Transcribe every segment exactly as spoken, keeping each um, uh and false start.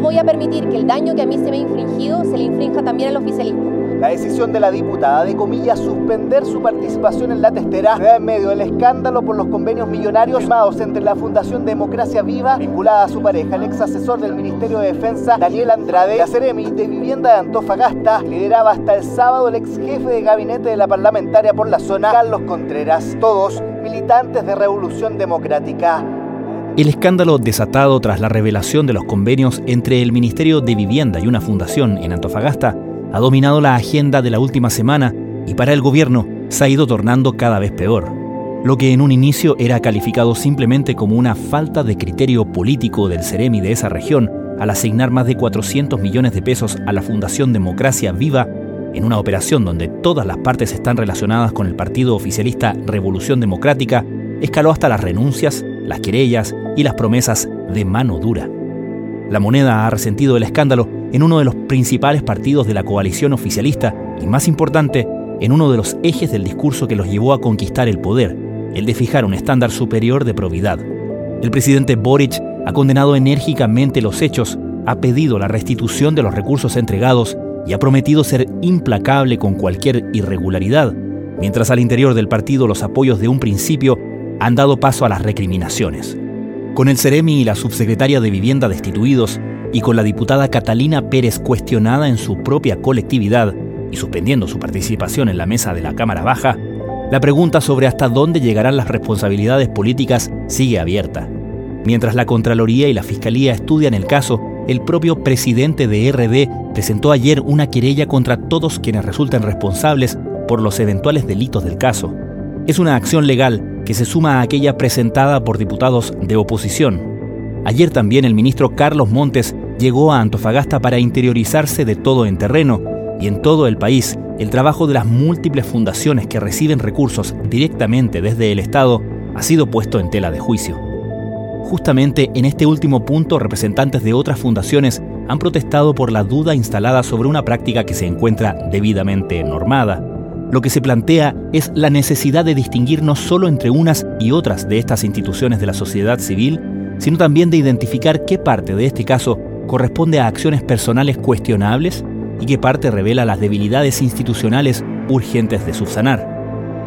voy a permitir que el daño que a mí se me ha infringido se le infrinja también al oficialismo. La decisión de la diputada de Comillas suspender su participación en la testera se da en medio del escándalo por los convenios millonarios firmados entre la Fundación Democracia Viva, vinculada a su pareja, el ex asesor del Ministerio de Defensa, Daniel Andrade, la Seremi de Vivienda de Antofagasta, lideraba hasta el sábado el ex jefe de gabinete de la parlamentaria por la zona, Carlos Contreras, todos militantes de Revolución Democrática. El escándalo desatado tras la revelación de los convenios entre el Ministerio de Vivienda y una fundación en Antofagasta ha dominado la agenda de la última semana y para el gobierno se ha ido tornando cada vez peor. Lo que en un inicio era calificado simplemente como una falta de criterio político del Seremi de esa región al asignar más de cuatrocientos millones de pesos a la Fundación Democracia Viva en una operación donde todas las partes están relacionadas con el partido oficialista Revolución Democrática, escaló hasta las renuncias, las querellas y las promesas de mano dura. La Moneda ha resentido el escándalo en uno de los principales partidos de la coalición oficialista y, más importante, en uno de los ejes del discurso que los llevó a conquistar el poder, el de fijar un estándar superior de probidad. El presidente Boric ha condenado enérgicamente los hechos, ha pedido la restitución de los recursos entregados y ha prometido ser implacable con cualquier irregularidad, mientras al interior del partido los apoyos de un principio han dado paso a las recriminaciones. Con el Seremi y la subsecretaria de Vivienda destituidos y con la diputada Catalina Pérez cuestionada en su propia colectividad y suspendiendo su participación en la mesa de la Cámara Baja, la pregunta sobre hasta dónde llegarán las responsabilidades políticas sigue abierta. Mientras la Contraloría y la Fiscalía estudian el caso, el propio presidente de R D presentó ayer una querella contra todos quienes resulten responsables por los eventuales delitos del caso. Es una acción legal que se suma a aquella presentada por diputados de oposición. Ayer también el ministro Carlos Montes llegó a Antofagasta para interiorizarse de todo en terreno y en todo el país el trabajo de las múltiples fundaciones que reciben recursos directamente desde el Estado ha sido puesto en tela de juicio. Justamente en este último punto, representantes de otras fundaciones han protestado por la duda instalada sobre una práctica que se encuentra debidamente normada. Lo que se plantea es la necesidad de distinguir no solo entre unas y otras de estas instituciones de la sociedad civil, sino también de identificar qué parte de este caso corresponde a acciones personales cuestionables y qué parte revela las debilidades institucionales urgentes de subsanar.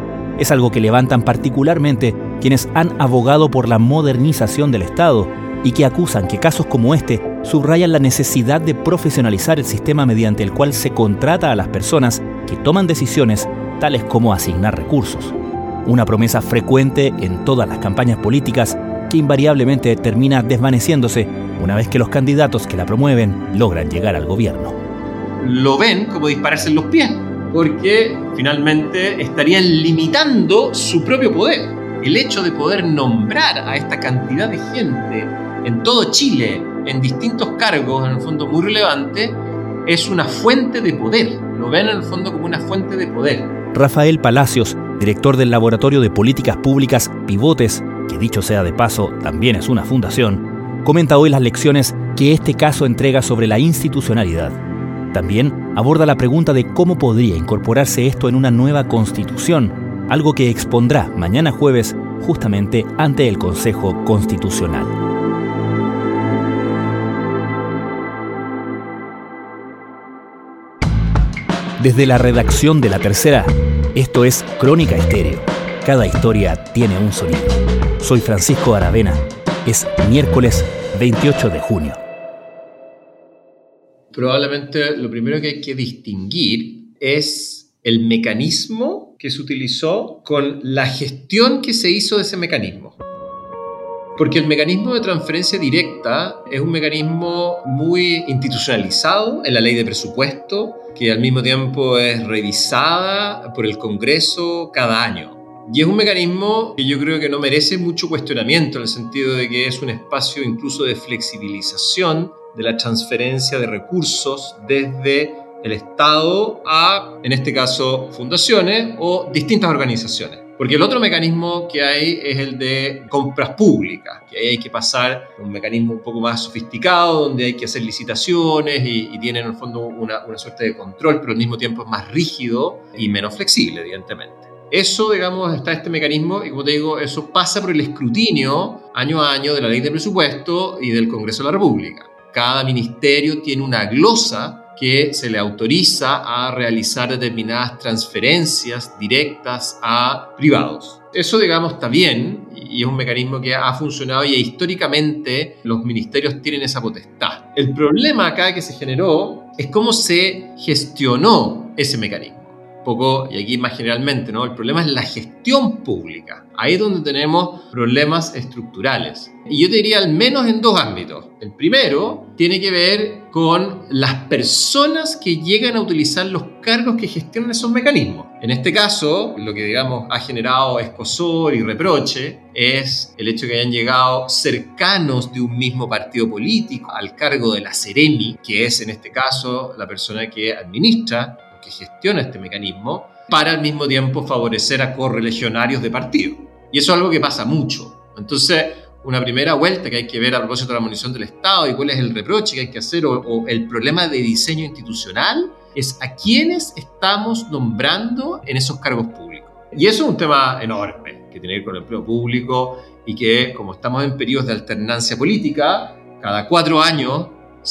Es algo que levantan particularmente quienes han abogado por la modernización del Estado y que acusan que casos como este subrayan la necesidad de profesionalizar el sistema mediante el cual se contrata a las personas que toman decisiones tales como asignar recursos. Una promesa frecuente en todas las campañas políticas que invariablemente termina desvaneciéndose una vez que los candidatos que la promueven logran llegar al gobierno. Lo ven como dispararse en los pies, porque finalmente estarían limitando su propio poder. El hecho de poder nombrar a esta cantidad de gente en todo Chile, en distintos cargos, en el fondo muy relevantes, es una fuente de poder. Lo ven en el fondo como una fuente de poder. Rafael Palacios, director del Laboratorio de Políticas Públicas Pivotes, que dicho sea de paso también es una fundación, comenta hoy las lecciones que este caso entrega sobre la institucionalidad. También aborda la pregunta de cómo podría incorporarse esto en una nueva constitución, algo que expondrá mañana jueves justamente ante el Consejo Constitucional. Desde la redacción de La Tercera, esto es Crónica Estéreo. Cada historia tiene un sonido. Soy Francisco Aravena. Es miércoles veintiocho de junio. Probablemente lo primero que hay que distinguir es el mecanismo que se utilizó con la gestión que se hizo de ese mecanismo. Porque el mecanismo de transferencia directa es un mecanismo muy institucionalizado en la ley de presupuesto, que al mismo tiempo es revisada por el Congreso cada año. Y es un mecanismo que yo creo que no merece mucho cuestionamiento, en el sentido de que es un espacio incluso de flexibilización de la transferencia de recursos desde el Estado a, en este caso, fundaciones o distintas organizaciones. Porque el otro mecanismo que hay es el de compras públicas, que ahí hay que pasar a un mecanismo un poco más sofisticado, donde hay que hacer licitaciones y, y tiene en el fondo una, una suerte de control, pero al mismo tiempo es más rígido y menos flexible, evidentemente. Eso, digamos, está este mecanismo y, como te digo, eso pasa por el escrutinio año a año de la ley de presupuesto y del Congreso de la República. Cada ministerio tiene una glosa que se le autoriza a realizar determinadas transferencias directas a privados. Eso, digamos, está bien y es un mecanismo que ha funcionado y históricamente los ministerios tienen esa potestad. El problema acá que se generó es cómo se gestionó ese mecanismo. Un poco, y aquí más generalmente, ¿no? El problema es la gestión pública. Ahí es donde tenemos problemas estructurales. Y yo te diría al menos en dos ámbitos. El primero tiene que ver con las personas que llegan a utilizar los cargos que gestionan esos mecanismos. En este caso, lo que, digamos, ha generado escozor y reproche es el hecho de que hayan llegado cercanos de un mismo partido político al cargo de la Seremi, que es en este caso la persona que administra, que gestiona este mecanismo, para al mismo tiempo favorecer a correligionarios de partido. Y eso es algo que pasa mucho. Entonces, una primera vuelta que hay que ver a propósito de la munición del Estado y cuál es el reproche que hay que hacer o, o el problema de diseño institucional es a quiénes estamos nombrando en esos cargos públicos. Y eso es un tema enorme que tiene que ver con el empleo público y que, como estamos en periodos de alternancia política, cada cuatro años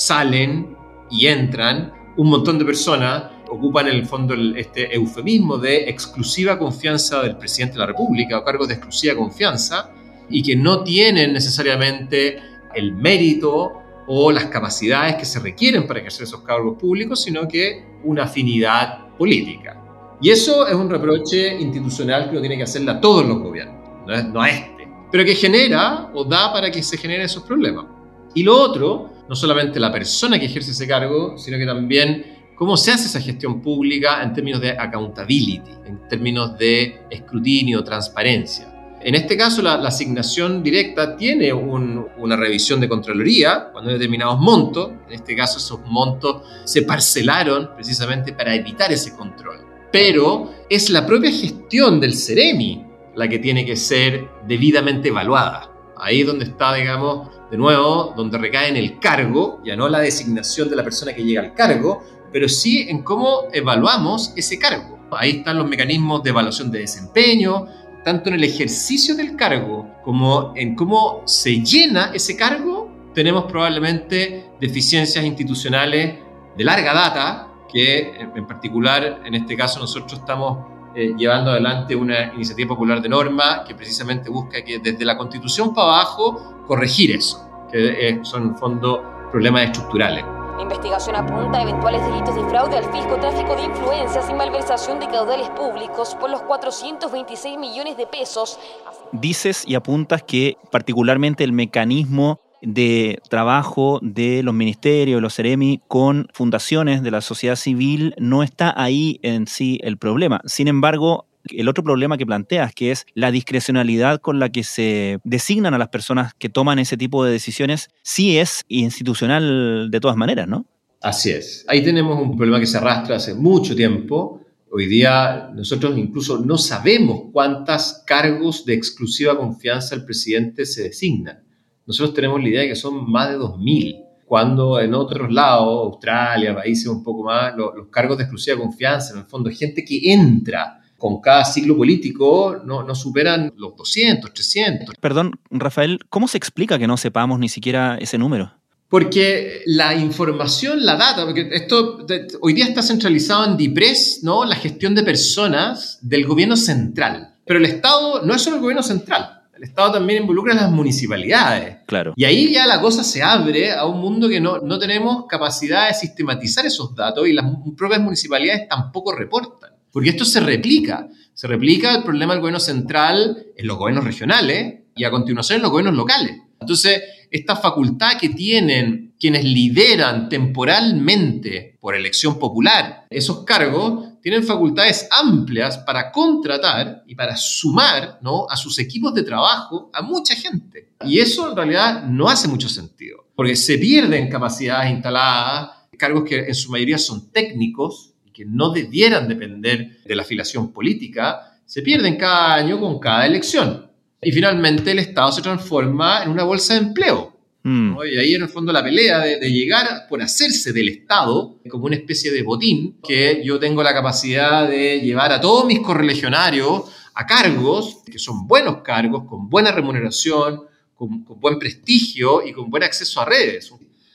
salen y entran un montón de personas, ocupan en el fondo este eufemismo de exclusiva confianza del presidente de la República o cargos de exclusiva confianza y que no tienen necesariamente el mérito o las capacidades que se requieren para ejercer esos cargos públicos, sino que una afinidad política. Y eso es un reproche institucional que uno tiene que hacerle a todos los gobiernos, no, es, no a este, pero que genera o da para que se generen esos problemas. Y lo otro, no solamente la persona que ejerce ese cargo, sino que también cómo se hace esa gestión pública en términos de accountability, en términos de escrutinio, transparencia. En este caso, la, la asignación directa tiene un, una revisión de Contraloría cuando hay determinados montos. En este caso, esos montos se parcelaron precisamente para evitar ese control. Pero es la propia gestión del Seremi la que tiene que ser debidamente evaluada. Ahí es donde está, digamos, de nuevo, donde recae en el cargo, ya no la designación de la persona que llega al cargo, pero sí en cómo evaluamos ese cargo. Ahí están los mecanismos de evaluación de desempeño, tanto en el ejercicio del cargo como en cómo se llena ese cargo. Tenemos probablemente deficiencias institucionales de larga data, que en particular, en este caso, nosotros estamos eh, llevando adelante una iniciativa popular de norma que precisamente busca que desde la Constitución para abajo corregir eso, que eh, son en fondo problemas estructurales. La investigación apunta a eventuales delitos de fraude al fisco, tráfico de influencias y malversación de caudales públicos por los cuatrocientos veintiséis millones de pesos. Dices y apuntas que particularmente el mecanismo de trabajo de los ministerios, los Seremi, con fundaciones de la sociedad civil no está ahí en sí el problema. Sin embargo, el otro problema que planteas, que es la discrecionalidad con la que se designan a las personas que toman ese tipo de decisiones, sí es institucional de todas maneras, ¿no? Así es. Ahí tenemos un problema que se arrastra hace mucho tiempo. Hoy día nosotros incluso no sabemos cuántos cargos de exclusiva confianza el presidente se designan. Nosotros tenemos la idea de que son más de dos mil, cuando en otros lados, Australia, países un poco más, los, los cargos de exclusiva confianza, en el fondo, gente que entra con cada ciclo político no, no superan los doscientos, trescientos. Perdón, Rafael, ¿cómo se explica que no sepamos ni siquiera ese número? Porque la información, la data, porque esto de, hoy día está centralizado en DIPRES, ¿no? La gestión de personas del gobierno central. Pero el Estado no es solo el gobierno central. El Estado también involucra a las municipalidades. Claro. Y ahí ya la cosa se abre a un mundo que no, no tenemos capacidad de sistematizar esos datos y las propias municipalidades tampoco reportan. Porque esto se replica. Se replica el problema del gobierno central en los gobiernos regionales y a continuación en los gobiernos locales. Entonces, esta facultad que tienen quienes lideran temporalmente por elección popular esos cargos, tienen facultades amplias para contratar y para sumar, ¿no?, a sus equipos de trabajo a mucha gente. Y eso en realidad no hace mucho sentido, porque se pierden capacidades instaladas, cargos que en su mayoría son técnicos, que no debieran depender de la afiliación política, se pierden cada año con cada elección. Y finalmente el Estado se transforma en una bolsa de empleo. Mm. ¿no? Y ahí en el fondo la pelea de, de llegar por hacerse del Estado como una especie de botín, que yo tengo la capacidad de llevar a todos mis correligionarios a cargos, que son buenos cargos, con buena remuneración, con, con buen prestigio y con buen acceso a redes.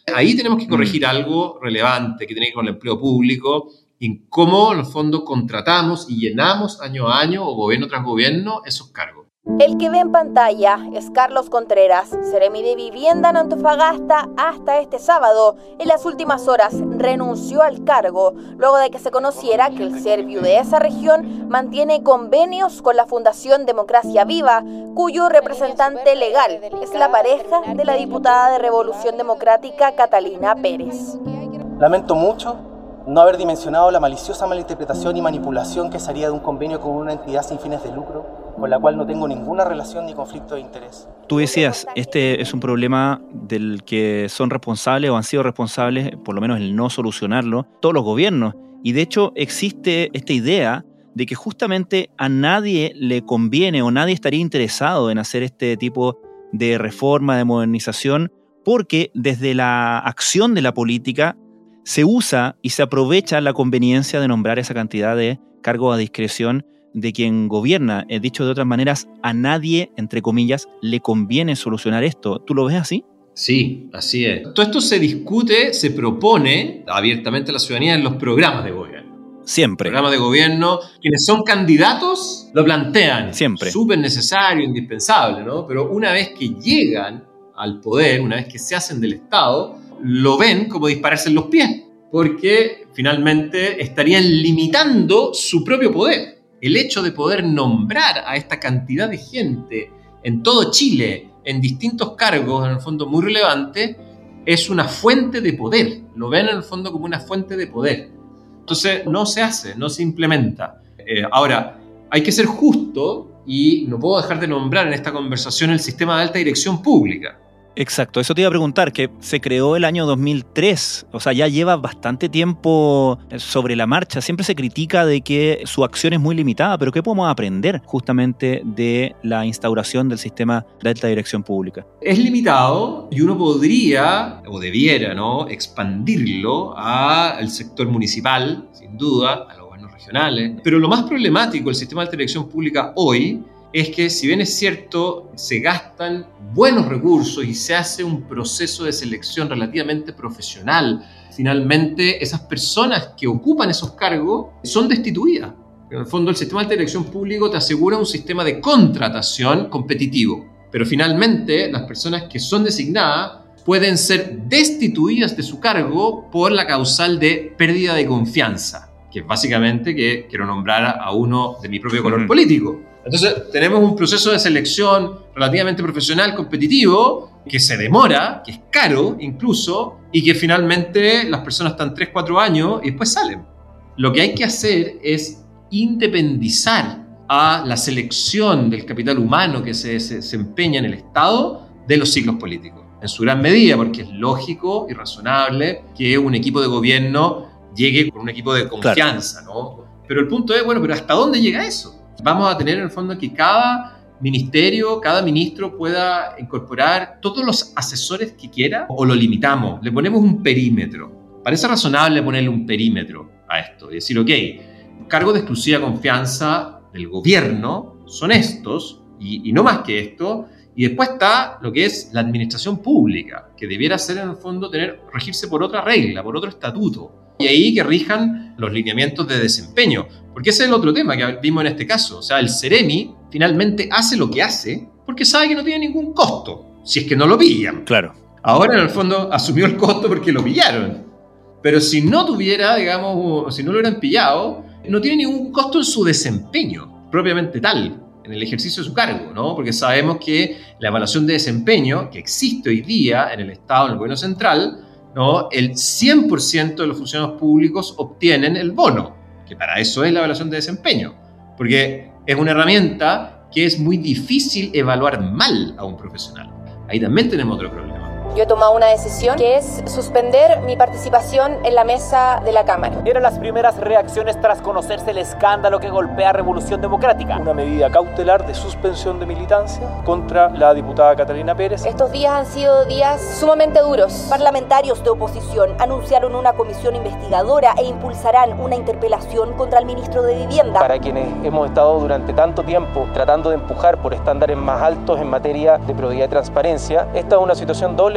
Ahí tenemos que corregir algo relevante que tiene que ver con el empleo público, en cómo en el fondo contratamos y llenamos año a año o gobierno tras gobierno esos cargos. El que ve en pantalla es Carlos Contreras, seremi de Vivienda en Antofagasta hasta este sábado. En las últimas horas renunció al cargo, luego de que se conociera que el Serviu de esa región mantiene convenios con la Fundación Democracia Viva, cuyo representante legal es la pareja de la diputada de Revolución Democrática Catalina Pérez. Lamento mucho no haber dimensionado la maliciosa malinterpretación y manipulación que se haría de un convenio con una entidad sin fines de lucro, con la cual no tengo ninguna relación ni conflicto de interés. Tú decías, este es un problema del que son responsables o han sido responsables, por lo menos el no solucionarlo, todos los gobiernos. Y de hecho existe esta idea de que justamente a nadie le conviene o nadie estaría interesado en hacer este tipo de reforma, de modernización, porque desde la acción de la política se usa y se aprovecha la conveniencia de nombrar esa cantidad de cargos a discreción de quien gobierna. Eh, dicho de otras maneras, a nadie, entre comillas, le conviene solucionar esto. ¿Tú lo ves así? Sí, así es. Todo esto se discute, se propone abiertamente a la ciudadanía en los programas de gobierno. Siempre. Programas de gobierno, quienes son candidatos lo plantean. Siempre. Súper necesario, indispensable, ¿no? Pero una vez que llegan al poder, una vez que se hacen del Estado, lo ven como dispararse en los pies, porque finalmente estarían limitando su propio poder. El hecho de poder nombrar a esta cantidad de gente en todo Chile, en distintos cargos, en el fondo muy relevantes, es una fuente de poder. Lo ven en el fondo como una fuente de poder. Entonces no se hace, no se implementa. Eh, ahora, hay que ser justo y no puedo dejar de nombrar en esta conversación el sistema de alta dirección pública. Exacto, eso te iba a preguntar, que se creó el año dos mil tres, o sea, ya lleva bastante tiempo sobre la marcha. Siempre se critica de que su acción es muy limitada, pero ¿qué podemos aprender justamente de la instauración del sistema de alta dirección pública? Es limitado y uno podría, o debiera, ¿no?, expandirlo al sector municipal, sin duda, a los gobiernos regionales. Pero lo más problemático del sistema de alta dirección pública hoy es que, si bien es cierto, se gastan buenos recursos y se hace un proceso de selección relativamente profesional, finalmente esas personas que ocupan esos cargos son destituidas. En el fondo, el sistema de alta dirección pública te asegura un sistema de contratación competitivo, pero finalmente las personas que son designadas pueden ser destituidas de su cargo por la causal de pérdida de confianza, que es básicamente que quiero nombrar a uno de mi propio color político. Entonces, tenemos un proceso de selección relativamente profesional, competitivo, que se demora, que es caro incluso, y que finalmente las personas están tres, cuatro años y después salen. Lo que hay que hacer es independizar a la selección del capital humano que se desempeña en el Estado de los ciclos políticos. En su gran medida, porque es lógico y razonable que un equipo de gobierno llegue con un equipo de confianza, claro, ¿no? Pero el punto es, bueno, ¿pero hasta dónde llega eso? Vamos a tener en el fondo que cada ministerio, cada ministro pueda incorporar todos los asesores que quiera, o lo limitamos, le ponemos un perímetro. Parece razonable ponerle un perímetro a esto y decir, ok, cargos de exclusiva confianza del gobierno son estos y, y no más que esto, y después está lo que es la administración pública, que debiera ser en el fondo tener, regirse por otra regla, por otro estatuto. Y ahí que rijan los lineamientos de desempeño. Porque ese es el otro tema que vimos en este caso. O sea, el Seremi finalmente hace lo que hace porque sabe que no tiene ningún costo, si es que no lo pillan. Claro. Ahora, en el fondo, asumió el costo porque lo pillaron. Pero si no tuviera, digamos, si no lo hubieran pillado, no tiene ningún costo en su desempeño, propiamente tal, en el ejercicio de su cargo, ¿no? Porque sabemos que la evaluación de desempeño que existe hoy día en el Estado, en el gobierno central, ¿no?, el cien por ciento de los funcionarios públicos obtienen el bono, que para eso es la evaluación de desempeño, porque es una herramienta que es muy difícil evaluar mal a un profesional. Ahí también tenemos otro problema. Yo he tomado una decisión que es suspender mi participación en la mesa de la Cámara. Eran las primeras reacciones tras conocerse el escándalo que golpea a Revolución Democrática. Una medida cautelar de suspensión de militancia contra la diputada Catalina Pérez. Estos días han sido días sumamente duros. Parlamentarios de oposición anunciaron una comisión investigadora e impulsarán una interpelación contra el ministro de Vivienda. Para quienes hemos estado durante tanto tiempo tratando de empujar por estándares más altos en materia de probidad y transparencia, esta es una situación doblemente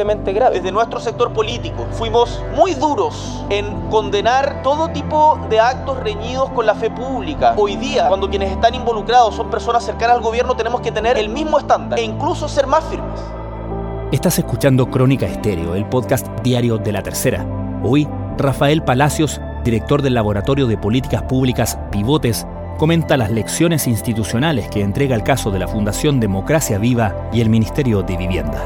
terriblemente grave. Desde nuestro sector político fuimos muy duros en condenar todo tipo de actos reñidos con la fe pública. Hoy día, cuando quienes están involucrados son personas cercanas al gobierno, tenemos que tener el mismo estándar e incluso ser más firmes. Estás escuchando Crónica Estéreo, el podcast diario de La Tercera. Hoy, Rafael Palacios, director del Laboratorio de Políticas Públicas Pivotes, comenta las lecciones institucionales que entrega el caso de la Fundación Democracia Viva y el Ministerio de Vivienda.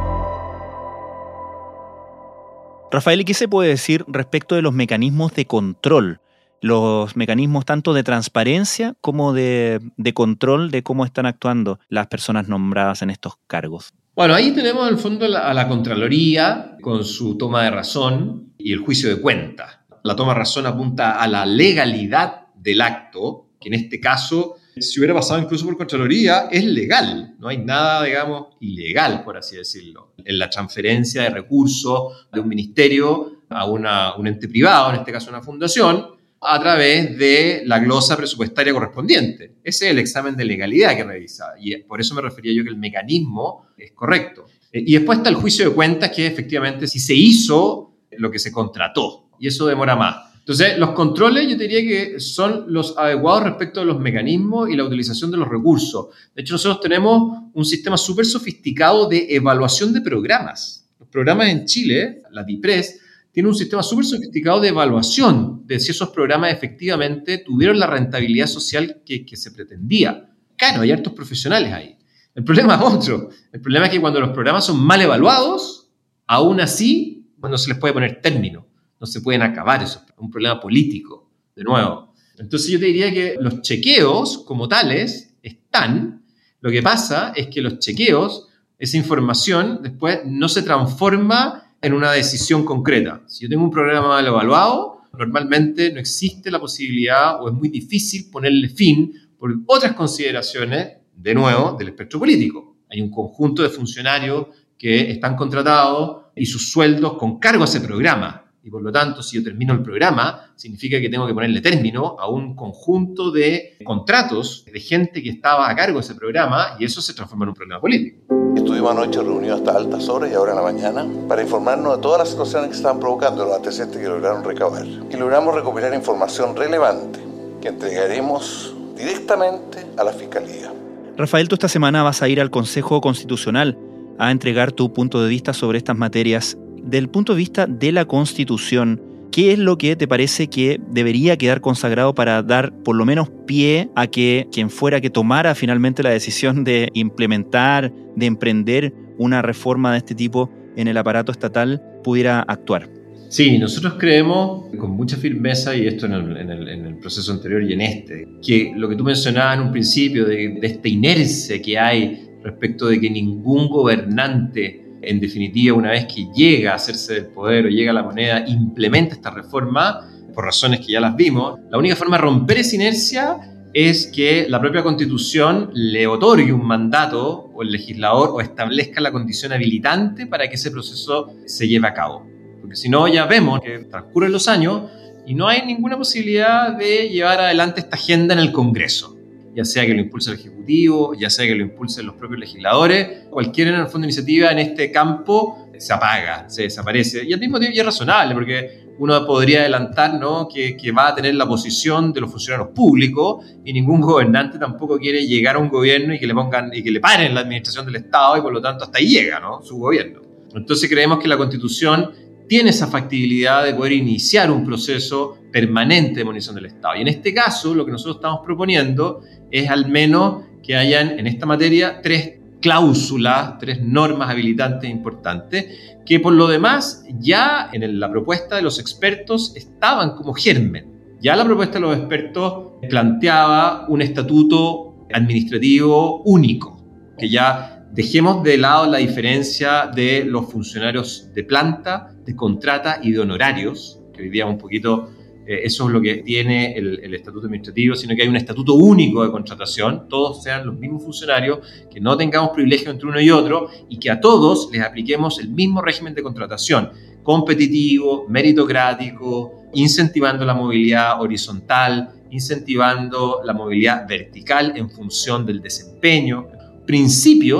Rafael, ¿y qué se puede decir respecto de los mecanismos de control? Los mecanismos tanto de transparencia como de, de control de cómo están actuando las personas nombradas en estos cargos. Bueno, ahí tenemos en el fondo a la Contraloría con su toma de razón y el juicio de cuenta. La toma de razón apunta a la legalidad del acto, que en este caso, si hubiera pasado incluso por Contraloría, es legal. No hay nada, digamos, ilegal, por así decirlo, en la transferencia de recursos de un ministerio a una, un ente privado, en este caso una fundación, a través de la glosa presupuestaria correspondiente. Ese es el examen de legalidad que revisa, y por eso me refería yo que el mecanismo es correcto. Y después está el juicio de cuentas, que efectivamente si se hizo lo que se contrató, y eso demora más. Entonces, los controles yo diría que son los adecuados respecto a los mecanismos y la utilización de los recursos. De hecho, nosotros tenemos un sistema súper sofisticado de evaluación de programas. Los programas en Chile, la DIPRES, tiene un sistema súper sofisticado de evaluación de si esos programas efectivamente tuvieron la rentabilidad social que, que se pretendía. Claro, hay hartos profesionales ahí. El problema es otro. El problema es que cuando los programas son mal evaluados, aún así, no se les puede poner término. No se pueden acabar, eso es un problema político, de nuevo. Entonces yo te diría que los chequeos como tales están. Lo que pasa es que los chequeos, esa información después no se transforma en una decisión concreta. Si yo tengo un programa mal evaluado, normalmente no existe la posibilidad o es muy difícil ponerle fin por otras consideraciones, de nuevo, del espectro político. Hay un conjunto de funcionarios que están contratados y sus sueldos con cargo a ese programa. Y por lo tanto, si yo termino el programa, significa que tengo que ponerle término a un conjunto de contratos de gente que estaba a cargo de ese programa, y eso se transforma en un problema político. Estuvimos anoche reunidos hasta altas horas y ahora en la mañana para informarnos de todas las situaciones que estaban provocando los antecedentes que lograron recabar. Y logramos recopilar información relevante que entregaremos directamente a la Fiscalía. Rafael, tú esta semana vas a ir al Consejo Constitucional a entregar tu punto de vista sobre estas materias. Del punto de vista de la Constitución, ¿qué es lo que te parece que debería quedar consagrado para dar por lo menos pie a que quien fuera que tomara finalmente la decisión de implementar, de emprender una reforma de este tipo en el aparato estatal pudiera actuar? Sí, nosotros creemos con mucha firmeza, y esto en el, en el, en el proceso anterior y en este, que lo que tú mencionabas en un principio de, de esta inercia que hay respecto de que ningún gobernante, en definitiva, una vez que llega a hacerse del poder o llega a la moneda, implementa esta reforma, por razones que ya las vimos, la única forma de romper esa inercia es que la propia Constitución le otorgue un mandato, o el legislador, o establezca la condición habilitante para que ese proceso se lleve a cabo. Porque si no, ya vemos que transcurren los años y no hay ninguna posibilidad de llevar adelante esta agenda en el Congreso. Ya sea que lo impulse el Ejecutivo, ya sea que lo impulsen los propios legisladores, cualquier en el fondo iniciativa en este campo se apaga, se desaparece. Y al mismo tiempo ya es razonable, porque uno podría adelantar, ¿no?, que, que va a tener la posición de los funcionarios públicos, y ningún gobernante tampoco quiere llegar a un gobierno y que le pongan y que le paren la administración del Estado, y por lo tanto hasta ahí llega, ¿no?, su gobierno. Entonces creemos que la Constitución tiene esa factibilidad de poder iniciar un proceso permanente de movilización del Estado. Y en este caso, lo que nosotros estamos proponiendo es al menos que hayan en esta materia tres cláusulas, tres normas habilitantes importantes, que por lo demás ya en la propuesta de los expertos estaban como germen. Ya la propuesta de los expertos planteaba un estatuto administrativo único, que ya dejemos de lado la diferencia de los funcionarios de planta, de contrata y de honorarios, que hoy día un poquito eh, eso es lo que tiene el, el estatuto administrativo, sino que hay un estatuto único de contratación, todos sean los mismos funcionarios, que no tengamos privilegio entre uno y otro, y que a todos les apliquemos el mismo régimen de contratación, competitivo, meritocrático, incentivando la movilidad horizontal, incentivando la movilidad vertical en función del desempeño, principios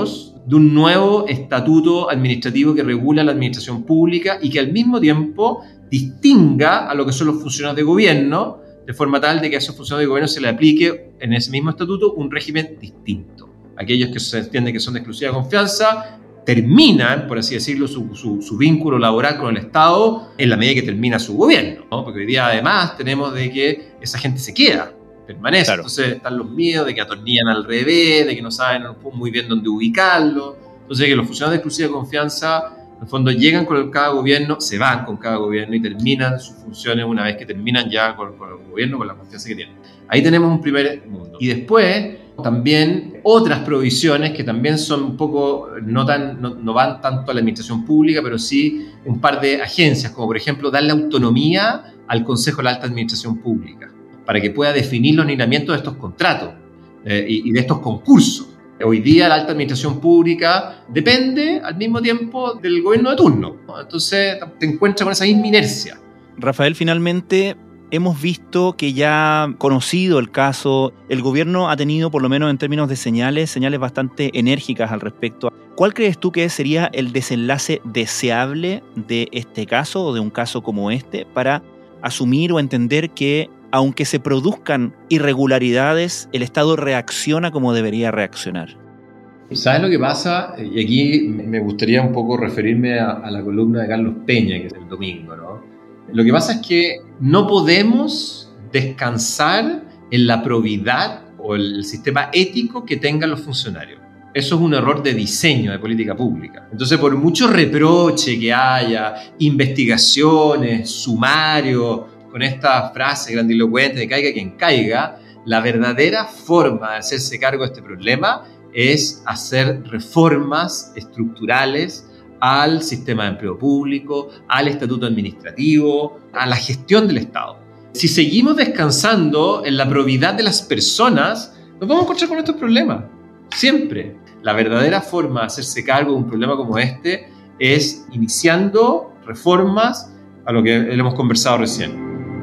de un nuevo estatuto administrativo que regula la administración pública y que al mismo tiempo distinga a lo que son los funcionarios de gobierno, de forma tal de que a esos funcionarios de gobierno se le aplique en ese mismo estatuto un régimen distinto. Aquellos que se entiende que son de exclusiva confianza terminan, por así decirlo, su, su, su vínculo laboral con el Estado en la medida que termina su gobierno, ¿no? Porque hoy día además tenemos de que esa gente se queda, permanece. Claro. Entonces están los miedos de que atornillan al revés, de que no saben muy bien dónde ubicarlo. Entonces que los funcionarios de exclusiva confianza en el fondo llegan con cada gobierno, se van con cada gobierno y terminan sus funciones una vez que terminan ya con, con el gobierno, con la confianza que tienen. Ahí tenemos un primer mundo. Y después también otras provisiones que también son un poco, no, tan, no, no van tanto a la administración pública, pero sí un par de agencias, como por ejemplo darle autonomía al Consejo de la Alta Administración Pública, para que pueda definir los lineamientos de estos contratos eh, y, y de estos concursos. Hoy día la alta administración pública depende al mismo tiempo del gobierno de turno, ¿no? Entonces te encuentras con esa misma inercia. Rafael, finalmente hemos visto que ya conocido el caso, el gobierno ha tenido, por lo menos en términos de señales, señales bastante enérgicas al respecto. ¿Cuál crees tú que sería el desenlace deseable de este caso o de un caso como este para asumir o entender que aunque se produzcan irregularidades, el Estado reacciona como debería reaccionar? ¿Sabes lo que pasa? Y aquí me gustaría un poco referirme a, a la columna de Carlos Peña, que es el domingo, ¿no? Lo que pasa es que no podemos descansar en la probidad o el sistema ético que tengan los funcionarios. Eso es un error de diseño de política pública. Entonces, por mucho reproche que haya, investigaciones, sumarios, con esta frase grandilocuente de caiga quien caiga, la verdadera forma de hacerse cargo de este problema es hacer reformas estructurales al sistema de empleo público, al estatuto administrativo, a la gestión del Estado. Si seguimos descansando en la probidad de las personas, nos vamos a encontrar con estos problemas. Siempre. La verdadera forma de hacerse cargo de un problema como este es iniciando reformas a lo que hemos conversado recién.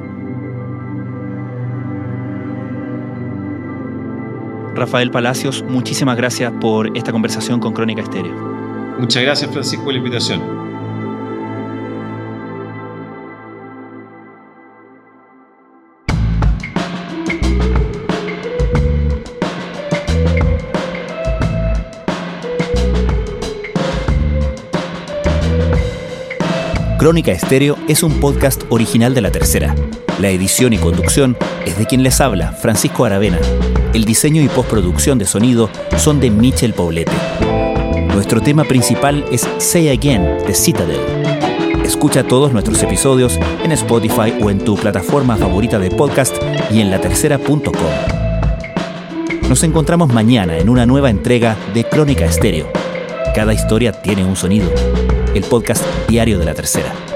Rafael Palacios, muchísimas gracias por esta conversación con Crónica Estéreo. Muchas gracias, Francisco, por la invitación. Crónica Estéreo es un podcast original de La Tercera. La edición y conducción es de quien les habla, Francisco Aravena. El diseño y postproducción de sonido son de Michel Poblete. Nuestro tema principal es Say Again, de Citadel. Escucha todos nuestros episodios en Spotify o en tu plataforma favorita de podcast y en la tercera punto com. Nos encontramos mañana en una nueva entrega de Crónica Estéreo. Cada historia tiene un sonido. El podcast diario de La Tercera.